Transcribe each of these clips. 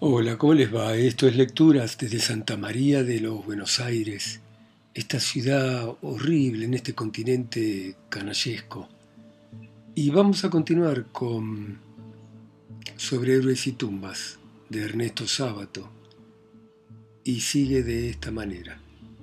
Hola, ¿cómo les va? Esto es Lecturas desde Santa María de los Buenos Aires, esta ciudad horrible en este continente canallesco. Y vamos a continuar con Sobre héroes y tumbas de Ernesto Sábato, y sigue de esta manera.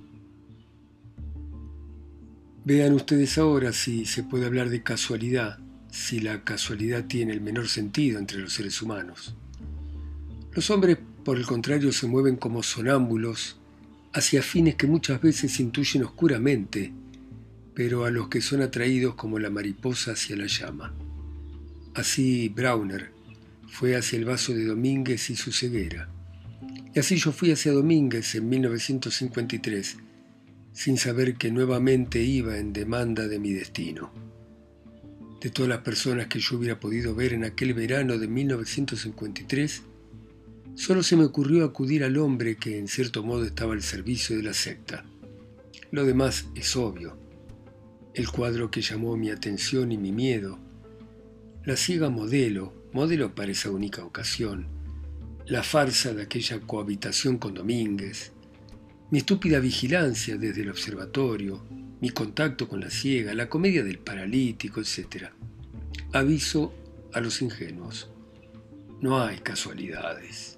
Vean ustedes ahora si se puede hablar de casualidad, si la casualidad tiene el menor sentido entre los seres humanos. Los hombres, por el contrario, se mueven como sonámbulos hacia fines que muchas veces intuyen oscuramente, pero a los que son atraídos como la mariposa hacia la llama. Así Brauner fue hacia el vaso de Domínguez y su ceguera. Y así yo fui hacia Domínguez en 1953, sin saber que nuevamente iba en demanda de mi destino. De todas las personas que yo hubiera podido ver en aquel verano de 1953, solo se me ocurrió acudir al hombre que en cierto modo estaba al servicio de la secta. Lo demás es obvio. El cuadro que llamó mi atención y mi miedo, la ciega modelo para esa única ocasión, la farsa de aquella cohabitación con Domínguez, mi estúpida vigilancia desde el observatorio, mi contacto con la ciega, la comedia del paralítico, etc. Aviso a los ingenuos. No hay casualidades.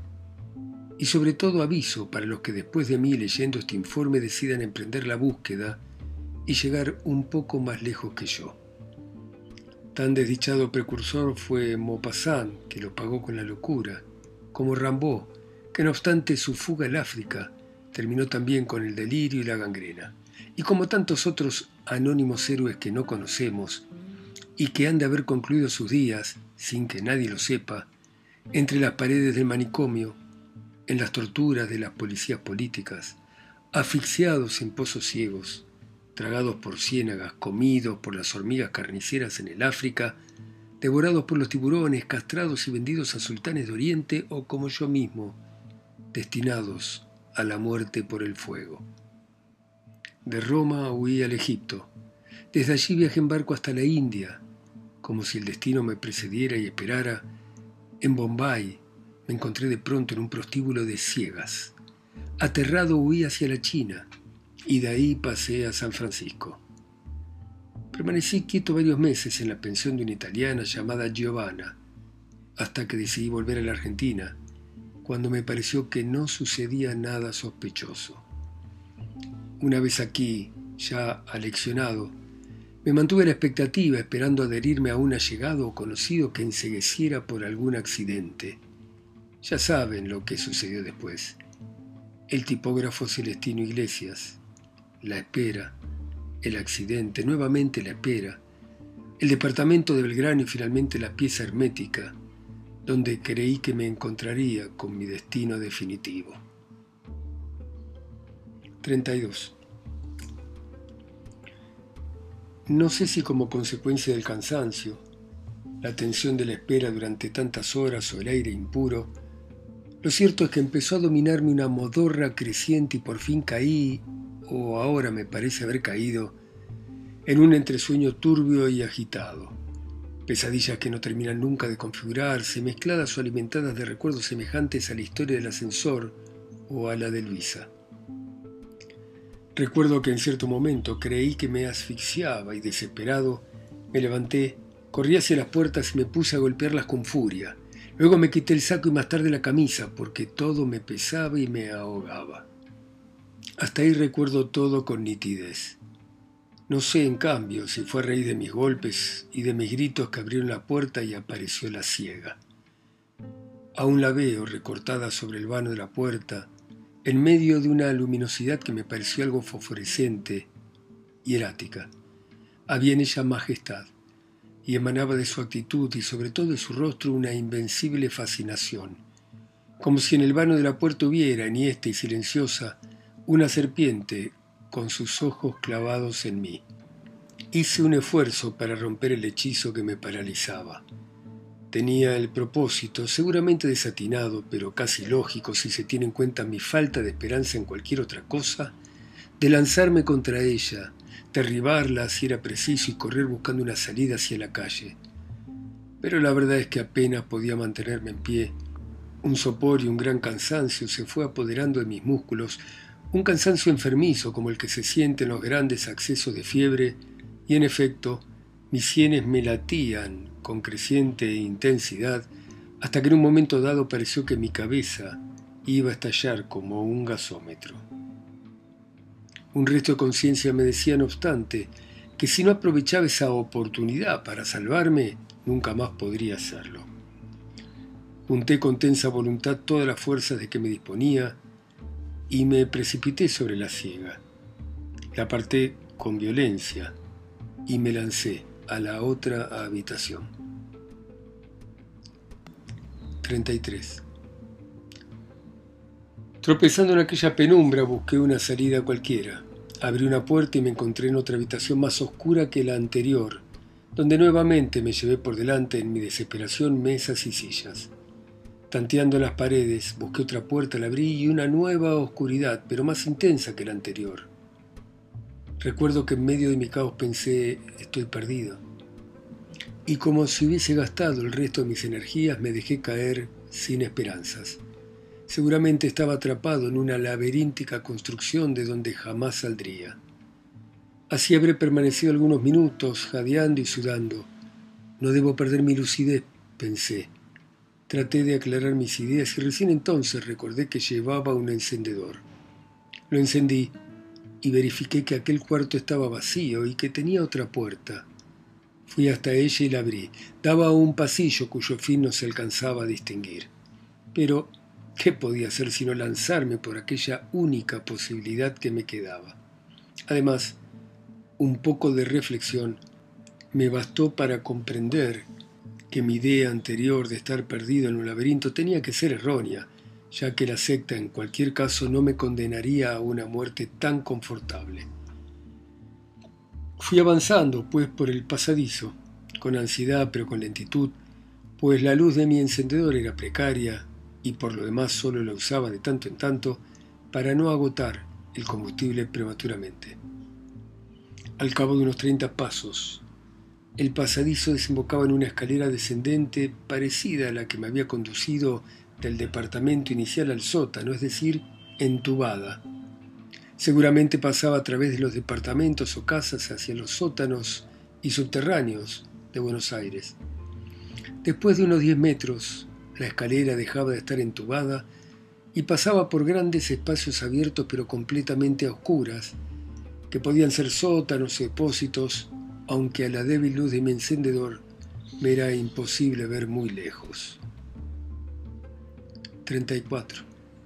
Y sobre todo aviso para los que después de mí leyendo este informe decidan emprender la búsqueda y llegar un poco más lejos que yo. Tan desdichado precursor fue Maupassant, que lo pagó con la locura, como Rimbaud, que no obstante su fuga al África, terminó también con el delirio y la gangrena, y como tantos otros anónimos héroes que no conocemos y que han de haber concluido sus días, sin que nadie lo sepa, entre las paredes del manicomio, en las torturas de las policías políticas, asfixiados en pozos ciegos, tragados por ciénagas, comidos por las hormigas carniceras en el África, devorados por los tiburones, castrados y vendidos a sultanes de Oriente o como yo mismo, destinados a la muerte por el fuego. De Roma huí al Egipto. Desde allí viajé en barco hasta la India, como si el destino me precediera y esperara. En Bombay me encontré de pronto en un prostíbulo de ciegas. Aterrado huí hacia la China y de ahí pasé a San Francisco. Permanecí quieto varios meses en la pensión de una italiana llamada Giovanna, hasta que decidí volver a la Argentina, cuando me pareció que no sucedía nada sospechoso. Una vez aquí, ya aleccionado, me mantuve a la expectativa, esperando adherirme a un allegado o conocido que encegueciera por algún accidente. Ya saben lo que sucedió después. El tipógrafo Celestino Iglesias, la espera, el accidente, nuevamente la espera, el departamento de Belgrano y finalmente la pieza hermética, donde creí que me encontraría con mi destino definitivo. 32. No sé si como consecuencia del cansancio, la tensión de la espera durante tantas horas o el aire impuro, lo cierto es que empezó a dominarme una modorra creciente y por fin caí, o ahora me parece haber caído, en un entresueño turbio y agitado. Pesadillas que no terminan nunca de configurarse, mezcladas o alimentadas de recuerdos semejantes a la historia del ascensor o a la de Luisa. Recuerdo que en cierto momento creí que me asfixiaba y desesperado me levanté, corrí hacia las puertas y me puse a golpearlas con furia. Luego me quité el saco y más tarde la camisa porque todo me pesaba y me ahogaba. Hasta ahí recuerdo todo con nitidez. No sé, en cambio, si fue a raíz de mis golpes y de mis gritos que abrieron la puerta y apareció la ciega. Aún la veo recortada sobre el vano de la puerta, en medio de una luminosidad que me pareció algo fosforescente y erática. Había en ella majestad, y emanaba de su actitud y sobre todo de su rostro una invencible fascinación, como si en el vano de la puerta hubiera, enhiesta y silenciosa, una serpiente con sus ojos clavados en mí. Hice un esfuerzo para romper el hechizo que me paralizaba. Tenía el propósito, seguramente desatinado, pero casi lógico si se tiene en cuenta mi falta de esperanza en cualquier otra cosa, de lanzarme contra ella, derribarla si era preciso y correr buscando una salida hacia la calle. Pero la verdad es que apenas podía mantenerme en pie Un sopor y un gran cansancio se fue apoderando de mis músculos, un cansancio enfermizo como el que se siente en los grandes accesos de fiebre, y en efecto, mis sienes me latían con creciente intensidad hasta que en un momento dado pareció que mi cabeza iba a estallar como un gasómetro. Un resto de conciencia me decía, no obstante, que si no aprovechaba esa oportunidad para salvarme, nunca más podría hacerlo. Junté con tensa voluntad todas las fuerzas de que me disponía y me precipité sobre la ciega. La aparté con violencia y me lancé a la otra habitación. 33. Tropezando en aquella penumbra busqué una salida cualquiera. Abrí una puerta y me encontré en otra habitación más oscura que la anterior, donde nuevamente me llevé por delante en mi desesperación mesas y sillas. Tanteando las paredes, busqué otra puerta, la abrí y una nueva oscuridad, pero más intensa que la anterior. Recuerdo que en medio de mi caos pensé, estoy perdido. Y como si hubiese gastado el resto de mis energías, me dejé caer sin esperanzas. Seguramente estaba atrapado en una laberíntica construcción de donde jamás saldría. Así habré permanecido algunos minutos, jadeando y sudando. No debo perder mi lucidez, pensé. Traté de aclarar mis ideas y recién entonces recordé que llevaba un encendedor. Lo encendí y verifiqué que aquel cuarto estaba vacío y que tenía otra puerta. Fui hasta ella y la abrí. Daba a un pasillo cuyo fin no se alcanzaba a distinguir. Pero ¿qué podía hacer sino lanzarme por aquella única posibilidad que me quedaba? Además, un poco de reflexión me bastó para comprender que mi idea anterior de estar perdido en un laberinto tenía que ser errónea, ya que la secta en cualquier caso no me condenaría a una muerte tan confortable. Fui avanzando, pues, por el pasadizo, con ansiedad pero con lentitud, pues la luz de mi encendedor era precaria y por lo demás solo la usaba de tanto en tanto para no agotar el combustible prematuramente. Al cabo de unos 30 pasos, el pasadizo desembocaba en una escalera descendente parecida a la que me había conducido del departamento inicial al sótano, es decir, entubada. Seguramente pasaba a través de los departamentos o casas hacia los sótanos y subterráneos de Buenos Aires. Después de unos 10 metros, la escalera dejaba de estar entubada y pasaba por grandes espacios abiertos pero completamente a oscuras, que podían ser sótanos o depósitos, aunque a la débil luz de mi encendedor me era imposible ver muy lejos. 34.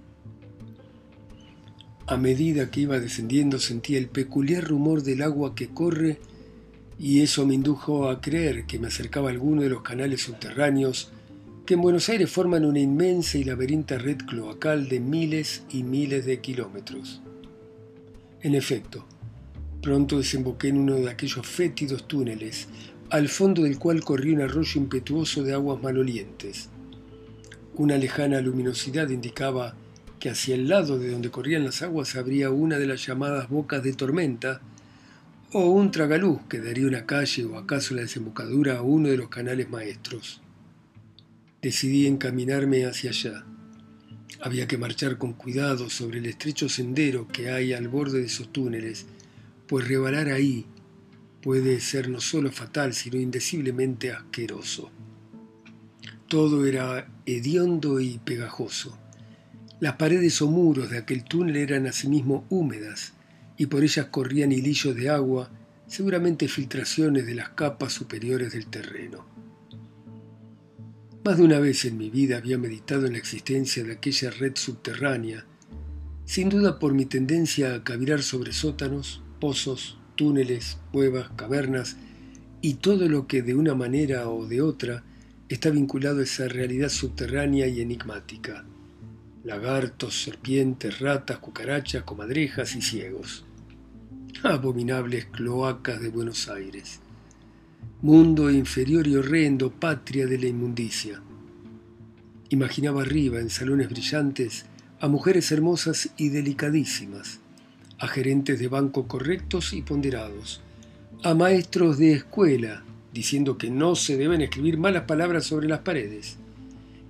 A medida que iba descendiendo sentía el peculiar rumor del agua que corre y eso me indujo a creer que me acercaba a alguno de los canales subterráneos que en Buenos Aires forman una inmensa y laberinta red cloacal de miles y miles de kilómetros. En efecto, pronto desemboqué en uno de aquellos fétidos túneles, al fondo del cual corría un arroyo impetuoso de aguas malolientes. Una lejana luminosidad indicaba que hacia el lado de donde corrían las aguas habría una de las llamadas bocas de tormenta, o un tragaluz que daría una calle o acaso la desembocadura a uno de los canales maestros. Decidí encaminarme hacia allá. Había que marchar con cuidado sobre el estrecho sendero que hay al borde de esos túneles, pues rebalar ahí puede ser no solo fatal, sino indeciblemente asqueroso. Todo era hediondo y pegajoso. Las paredes o muros de aquel túnel eran asimismo húmedas, y por ellas corrían hilillos de agua, seguramente filtraciones de las capas superiores del terreno. Más de una vez en mi vida había meditado en la existencia de aquella red subterránea, sin duda por mi tendencia a cavilar sobre sótanos, pozos, túneles, cuevas, cavernas y todo lo que de una manera o de otra está vinculado a esa realidad subterránea y enigmática. Lagartos, serpientes, ratas, cucarachas, comadrejas y ciegos. Abominables cloacas de Buenos Aires. Mundo inferior y horrendo, patria de la inmundicia. Imaginaba arriba, en salones brillantes, a mujeres hermosas y delicadísimas, a gerentes de banco correctos y ponderados, a maestros de escuela, diciendo que no se deben escribir malas palabras sobre las paredes,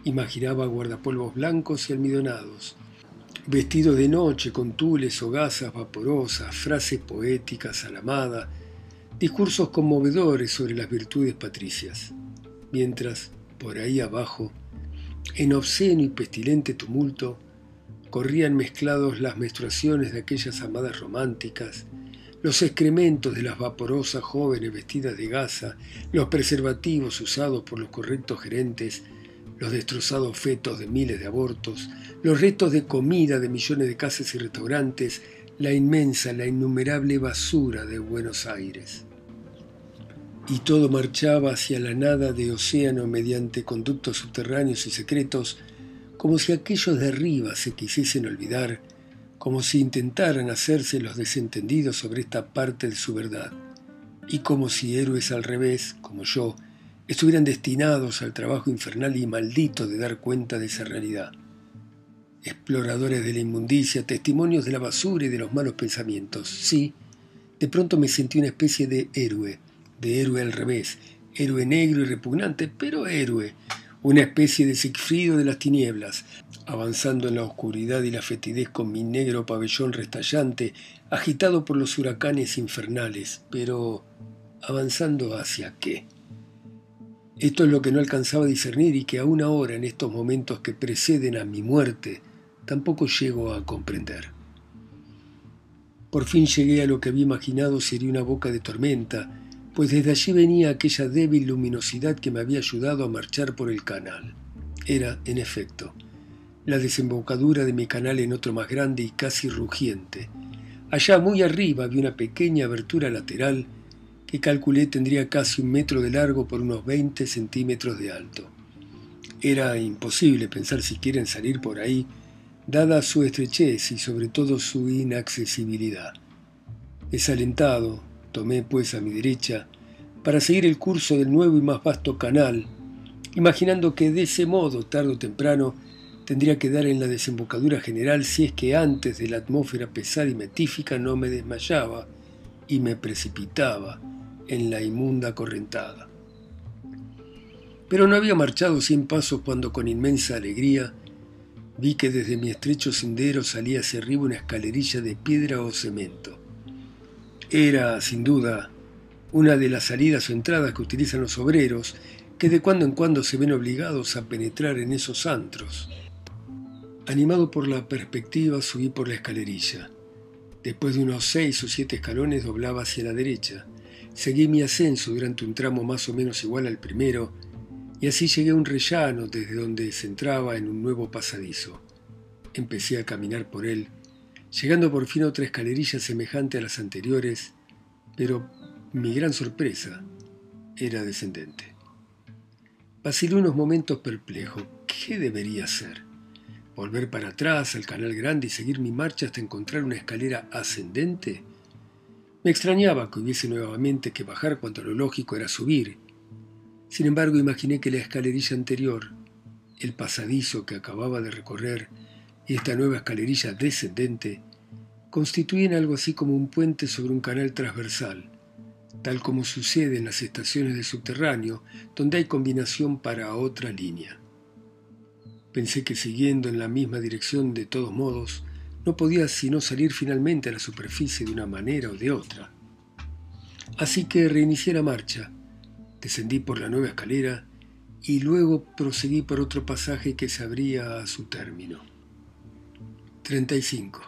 Imaginaba guardapolvos blancos y almidonados, vestidos de noche con tules o gasas vaporosas, frases poéticas a la amada, discursos conmovedores sobre las virtudes patricias. Mientras, por ahí abajo, en obsceno y pestilente tumulto, corrían mezclados las menstruaciones de aquellas amadas románticas, los excrementos de las vaporosas jóvenes vestidas de gasa, los preservativos usados por los correctos gerentes, los destrozados fetos de miles de abortos, los restos de comida de millones de casas y restaurantes, la inmensa, la innumerable basura de Buenos Aires. Y todo marchaba hacia la nada de océano mediante conductos subterráneos y secretos, como si aquellos de arriba se quisiesen olvidar, como si intentaran hacerse los desentendidos sobre esta parte de su verdad, y como si héroes al revés, como yo, estuvieran destinados al trabajo infernal y maldito de dar cuenta de esa realidad. Exploradores de la inmundicia, testimonios de la basura y de los malos pensamientos. Sí, de pronto me sentí una especie de héroe al revés, héroe negro y repugnante, pero héroe, una especie de Sigfrido de las tinieblas, avanzando en la oscuridad y la fetidez con mi negro pabellón restallante, agitado por los huracanes infernales, pero ¿avanzando hacia qué? Esto es lo que no alcanzaba a discernir y que aún ahora, en estos momentos que preceden a mi muerte, tampoco llego a comprender. Por fin llegué a lo que había imaginado sería una boca de tormenta, pues desde allí venía aquella débil luminosidad que me había ayudado a marchar por el canal. Era, en efecto, la desembocadura de mi canal en otro más grande y casi rugiente. Allá muy arriba había una pequeña abertura lateral que calculé tendría casi 1 metro de largo por unos 20 centímetros de alto. Era imposible pensar siquiera en salir por ahí, dada su estrechez y sobre todo su inaccesibilidad. Desalentado, tomé pues a mi derecha para seguir el curso del nuevo y más vasto canal, imaginando que de ese modo, tarde o temprano, tendría que dar en la desembocadura general si es que antes de la atmósfera pesada y metífica no me desmayaba y me precipitaba en la inmunda correntada. Pero no había marchado 100 pasos cuando con inmensa alegría vi que desde mi estrecho sendero salía hacia arriba una escalerilla de piedra o cemento. Era, sin duda, una de las salidas o entradas que utilizan los obreros, que de cuando en cuando se ven obligados a penetrar en esos antros. Animado por la perspectiva, subí por la escalerilla. Después de unos 6 o 7 escalones doblaba hacia la derecha. Seguí mi ascenso durante un tramo más o menos igual al primero, y así llegué a un rellano desde donde se entraba en un nuevo pasadizo. Empecé a caminar por él, llegando por fin a otra escalerilla semejante a las anteriores, pero mi gran sorpresa era descendente. Vacilé unos momentos perplejo. ¿Qué debería hacer? ¿Volver para atrás al canal grande y seguir mi marcha hasta encontrar una escalera ascendente? Me extrañaba que hubiese nuevamente que bajar cuando lo lógico era subir. Sin embargo, imaginé que la escalerilla anterior, el pasadizo que acababa de recorrer y esta nueva escalerilla descendente constituían algo así como un puente sobre un canal transversal, tal como sucede en las estaciones de subterráneo, donde hay combinación para otra línea. Pensé que siguiendo en la misma dirección de todos modos, no podía sino salir finalmente a la superficie de una manera o de otra. Así que reinicié la marcha, descendí por la nueva escalera y luego proseguí por otro pasaje que se abría a su término. 35.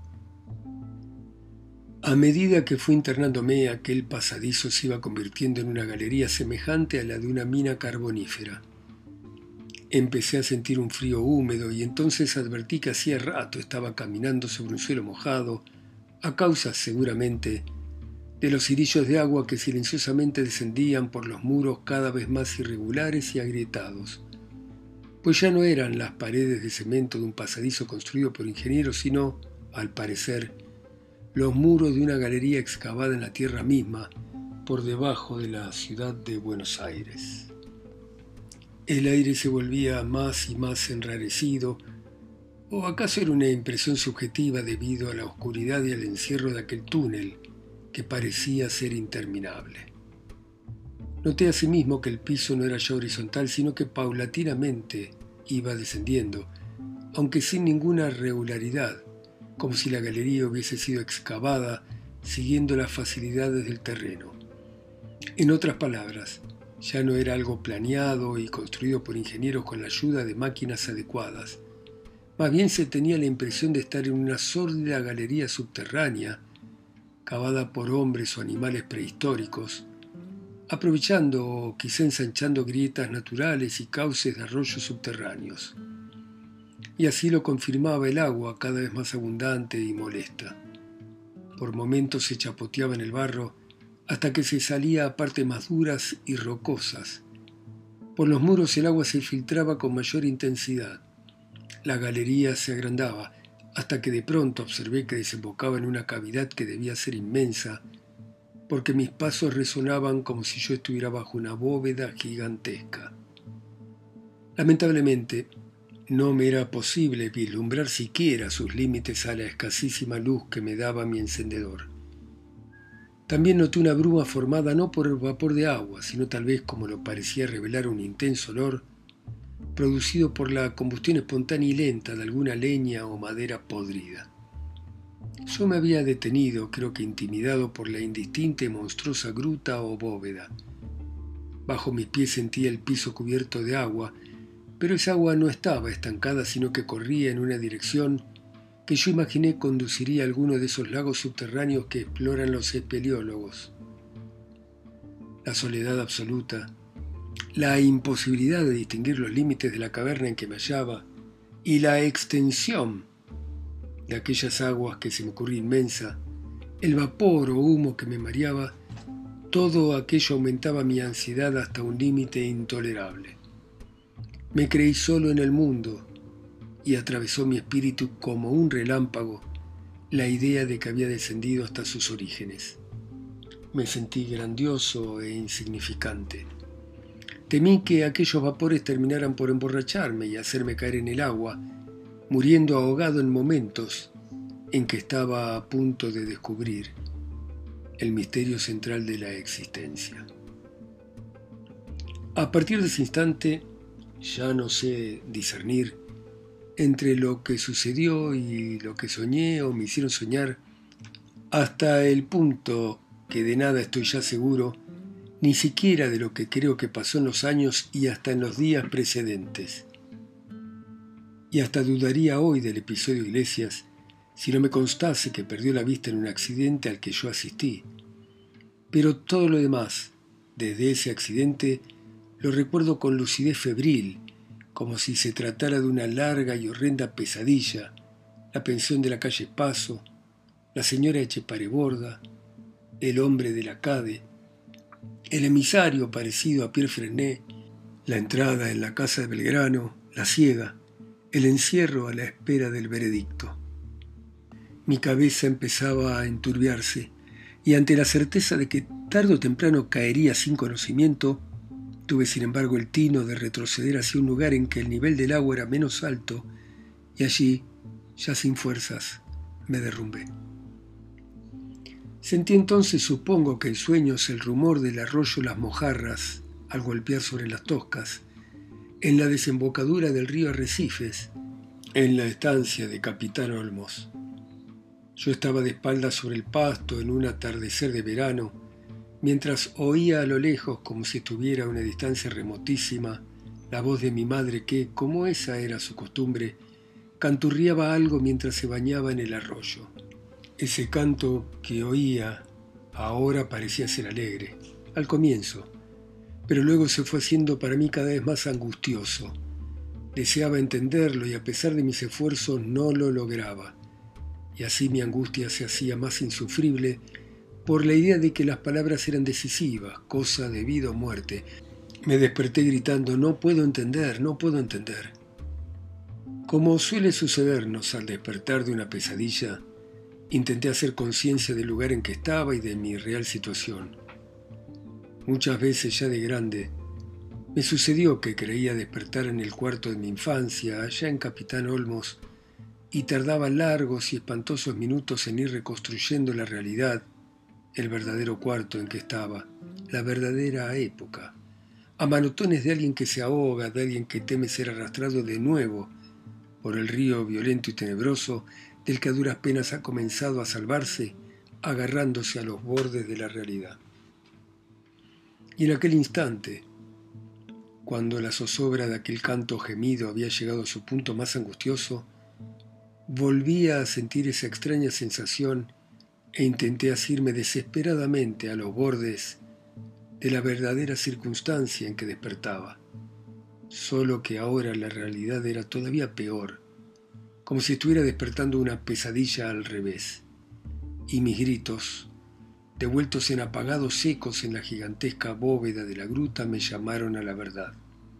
A medida que fui internándome, aquel pasadizo se iba convirtiendo en una galería semejante a la de una mina carbonífera. Empecé a sentir un frío húmedo y entonces advertí que hacía rato estaba caminando sobre un suelo mojado, a causa, seguramente, de los cirillos de agua que silenciosamente descendían por los muros cada vez más irregulares y agrietados, pues ya no eran las paredes de cemento de un pasadizo construido por ingenieros, sino, al parecer, los muros de una galería excavada en la tierra misma, por debajo de la ciudad de Buenos Aires. El aire se volvía más y más enrarecido, ¿o acaso era una impresión subjetiva debido a la oscuridad y al encierro de aquel túnel que parecía ser interminable? Noté asimismo que el piso no era ya horizontal, sino que paulatinamente iba descendiendo, aunque sin ninguna regularidad, como si la galería hubiese sido excavada siguiendo las facilidades del terreno. En otras palabras, ya no era algo planeado y construido por ingenieros con la ayuda de máquinas adecuadas. Más bien se tenía la impresión de estar en una sórdida galería subterránea, cavada por hombres o animales prehistóricos, aprovechando o quizá ensanchando grietas naturales y cauces de arroyos subterráneos. Y así lo confirmaba el agua, cada vez más abundante y molesta. Por momentos se chapoteaba en el barro hasta que se salía a partes más duras y rocosas. Por los muros el agua se filtraba con mayor intensidad. La galería se agrandaba hasta que de pronto observé que desembocaba en una cavidad que debía ser inmensa, porque mis pasos resonaban como si yo estuviera bajo una bóveda gigantesca. Lamentablemente, no me era posible vislumbrar siquiera sus límites a la escasísima luz que me daba mi encendedor. También noté una bruma formada no por el vapor de agua, sino tal vez, como lo parecía revelar, un intenso olor producido por la combustión espontánea y lenta de alguna leña o madera podrida. Yo me había detenido, creo que intimidado por la indistinta y monstruosa gruta o bóveda. Bajo mis pies sentía el piso cubierto de agua, pero esa agua no estaba estancada, sino que corría en una dirección que yo imaginé conduciría a alguno de esos lagos subterráneos que exploran los espeleólogos. La soledad absoluta, la imposibilidad de distinguir los límites de la caverna en que me hallaba y la extensión de aquellas aguas que se me ocurría inmensa, el vapor o humo que me mareaba, todo aquello aumentaba mi ansiedad hasta un límite intolerable. Me creí solo en el mundo y atravesó mi espíritu como un relámpago la idea de que había descendido hasta sus orígenes. Me sentí grandioso e insignificante. Temí que aquellos vapores terminaran por emborracharme y hacerme caer en el agua, muriendo ahogado en momentos en que estaba a punto de descubrir el misterio central de la existencia. A partir de ese instante ya no sé discernir entre lo que sucedió y lo que soñé o me hicieron soñar, hasta el punto que de nada estoy ya seguro, ni siquiera de lo que creo que pasó en los años y hasta en los días precedentes. Y hasta dudaría hoy del episodio Iglesias si no me constase que perdió la vista en un accidente al que yo asistí. Pero todo lo demás, desde ese accidente, lo recuerdo con lucidez febril, como si se tratara de una larga y horrenda pesadilla, la pensión de la calle Paso, la señora Echepareborda, el hombre de la Cade, el emisario parecido a Pierre Freinet, la entrada en la casa de Belgrano, la ciega, el encierro a la espera del veredicto. Mi cabeza empezaba a enturbiarse y ante la certeza de que tarde o temprano caería sin conocimiento, tuve sin embargo el tino de retroceder hacia un lugar en que el nivel del agua era menos alto y allí, ya sin fuerzas, me derrumbé. Sentí entonces, supongo que el sueño es el rumor del arroyo Las Mojarras al golpear sobre las toscas, en la desembocadura del río Arrecifes, en la estancia de Capitán Olmos. Yo estaba de espaldas sobre el pasto en un atardecer de verano, mientras oía a lo lejos, como si estuviera a una distancia remotísima, la voz de mi madre que, como esa era su costumbre, canturriaba algo mientras se bañaba en el arroyo. Ese canto que oía ahora parecía ser alegre, al comienzo, pero luego se fue haciendo para mí cada vez más angustioso. Deseaba entenderlo y a pesar de mis esfuerzos no lo lograba, y así mi angustia se hacía más insufrible por la idea de que las palabras eran decisivas, cosa de vida o muerte. Me desperté gritando: no puedo entender, no puedo entender. Como suele sucedernos al despertar de una pesadilla, intenté hacer conciencia del lugar en que estaba y de mi real situación. Muchas veces ya de grande, me sucedió que creía despertar en el cuarto de mi infancia, allá en Capitán Olmos, y tardaba largos y espantosos minutos en ir reconstruyendo la realidad, el verdadero cuarto en que estaba, la verdadera época, a manotones de alguien que se ahoga, de alguien que teme ser arrastrado de nuevo por el río violento y tenebroso del que a duras penas ha comenzado a salvarse, agarrándose a los bordes de la realidad. Y en aquel instante, cuando la zozobra de aquel canto gemido había llegado a su punto más angustioso, volvía a sentir esa extraña sensación e intenté asirme desesperadamente a los bordes de la verdadera circunstancia en que despertaba. Solo que ahora la realidad era todavía peor, como si estuviera despertando una pesadilla al revés, y mis gritos, devueltos en apagados ecos en la gigantesca bóveda de la gruta, me llamaron a la verdad.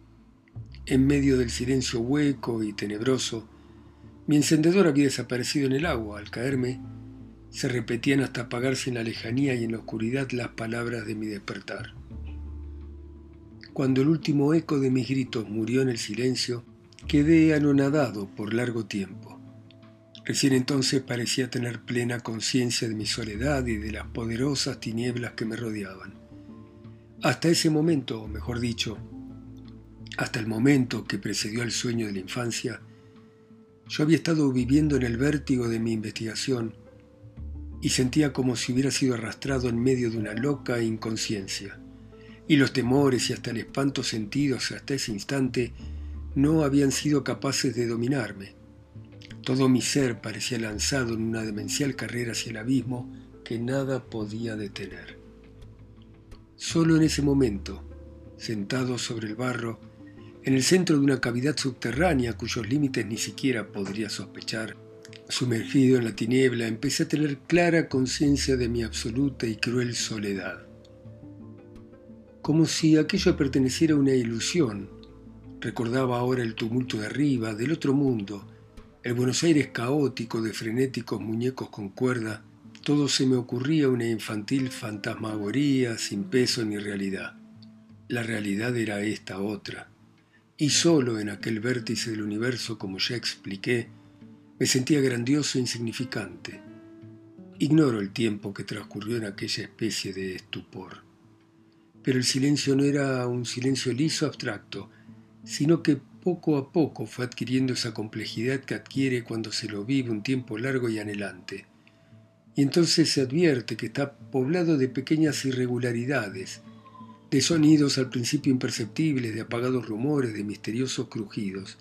En medio del silencio hueco y tenebroso, mi encendedor había desaparecido en el agua. Al caerme, se repetían hasta apagarse en la lejanía y en la oscuridad las palabras de mi despertar. Cuando el último eco de mis gritos murió en el silencio, quedé anonadado por largo tiempo. Recién entonces parecía tener plena conciencia de mi soledad y de las poderosas tinieblas que me rodeaban. Hasta ese momento, o mejor dicho, hasta el momento que precedió al sueño de la infancia, yo había estado viviendo en el vértigo de mi investigación y sentía como si hubiera sido arrastrado en medio de una loca inconsciencia. Y los temores y hasta el espanto sentidos hasta ese instante no habían sido capaces de dominarme. Todo mi ser parecía lanzado en una demencial carrera hacia el abismo que nada podía detener. Solo en ese momento, sentado sobre el barro, en el centro de una cavidad subterránea cuyos límites ni siquiera podría sospechar, sumergido en la tiniebla, empecé a tener clara conciencia de mi absoluta y cruel soledad. Como si aquello perteneciera a una ilusión, recordaba ahora el tumulto de arriba, del otro mundo, el Buenos Aires caótico de frenéticos muñecos con cuerda. Todo se me ocurría una infantil fantasmagoría sin peso ni realidad. La realidad era esta otra. Y solo en aquel vértice del universo, como ya expliqué, me sentía grandioso e insignificante. Ignoro el tiempo que transcurrió en aquella especie de estupor. Pero el silencio no era un silencio liso abstracto, sino que poco a poco fue adquiriendo esa complejidad que adquiere cuando se lo vive un tiempo largo y anhelante. Y entonces se advierte que está poblado de pequeñas irregularidades, de sonidos al principio imperceptibles, de apagados rumores, de misteriosos crujidos.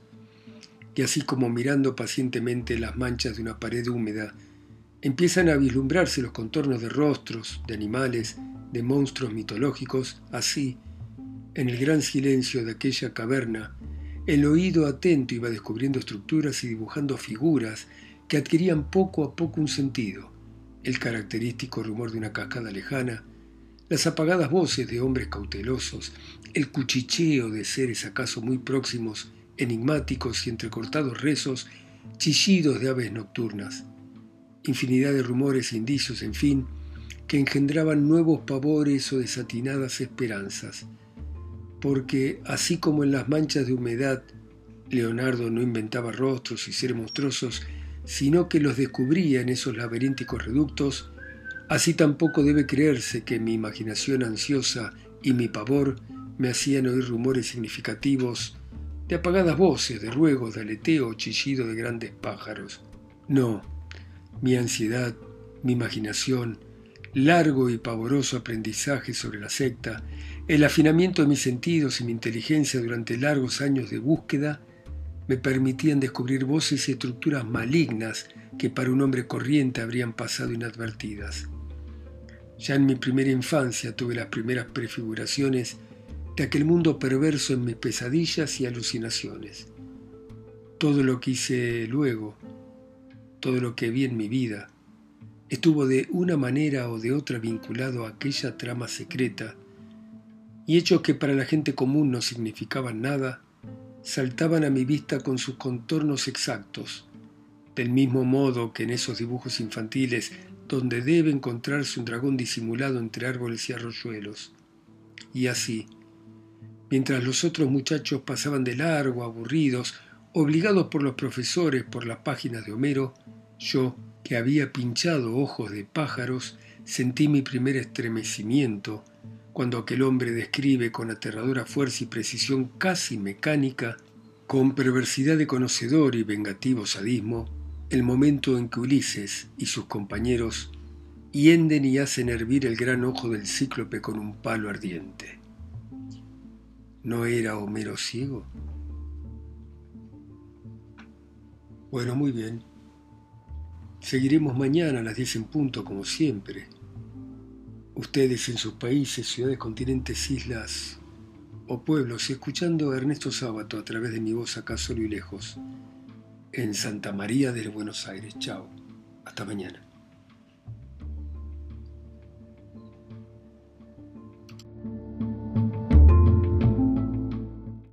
Y así como mirando pacientemente las manchas de una pared húmeda, empiezan a vislumbrarse los contornos de rostros, de animales, de monstruos mitológicos, así, en el gran silencio de aquella caverna, el oído atento iba descubriendo estructuras y dibujando figuras que adquirían poco a poco un sentido, el característico rumor de una cascada lejana, las apagadas voces de hombres cautelosos, el cuchicheo de seres acaso muy próximos, enigmáticos y entrecortados rezos, chillidos de aves nocturnas, infinidad de rumores e indicios, en fin, que engendraban nuevos pavores o desatinadas esperanzas. Porque, así como en las manchas de humedad, Leonardo no inventaba rostros y seres monstruosos, sino que los descubría en esos laberínticos reductos, así tampoco debe creerse que mi imaginación ansiosa y mi pavor me hacían oír rumores significativos de apagadas voces, de ruegos, de aleteo o chillido de grandes pájaros. No, mi ansiedad, mi imaginación, largo y pavoroso aprendizaje sobre la secta, el afinamiento de mis sentidos y mi inteligencia durante largos años de búsqueda me permitían descubrir voces y estructuras malignas que para un hombre corriente habrían pasado inadvertidas. Ya en mi primera infancia tuve las primeras prefiguraciones de aquel mundo perverso en mis pesadillas y alucinaciones. Todo lo que hice luego, todo lo que vi en mi vida, estuvo de una manera o de otra vinculado a aquella trama secreta, y hechos que para la gente común no significaban nada, saltaban a mi vista con sus contornos exactos, del mismo modo que en esos dibujos infantiles donde debe encontrarse un dragón disimulado entre árboles y arroyuelos. Y así, mientras los otros muchachos pasaban de largo, aburridos, obligados por los profesores por las páginas de Homero, yo, que había pinchado ojos de pájaros, sentí mi primer estremecimiento cuando aquel hombre describe con aterradora fuerza y precisión casi mecánica, con perversidad de conocedor y vengativo sadismo, el momento en que Ulises y sus compañeros hienden y hacen hervir el gran ojo del cíclope con un palo ardiente. ¿No era Homero ciego? Bueno, muy bien. Seguiremos mañana a las 10 en punto, como siempre. Ustedes en sus países, ciudades, continentes, islas o pueblos, escuchando a Ernesto Sábato a través de mi voz acá solo y lejos, en Santa María del Buenos Aires. Chao. Hasta mañana.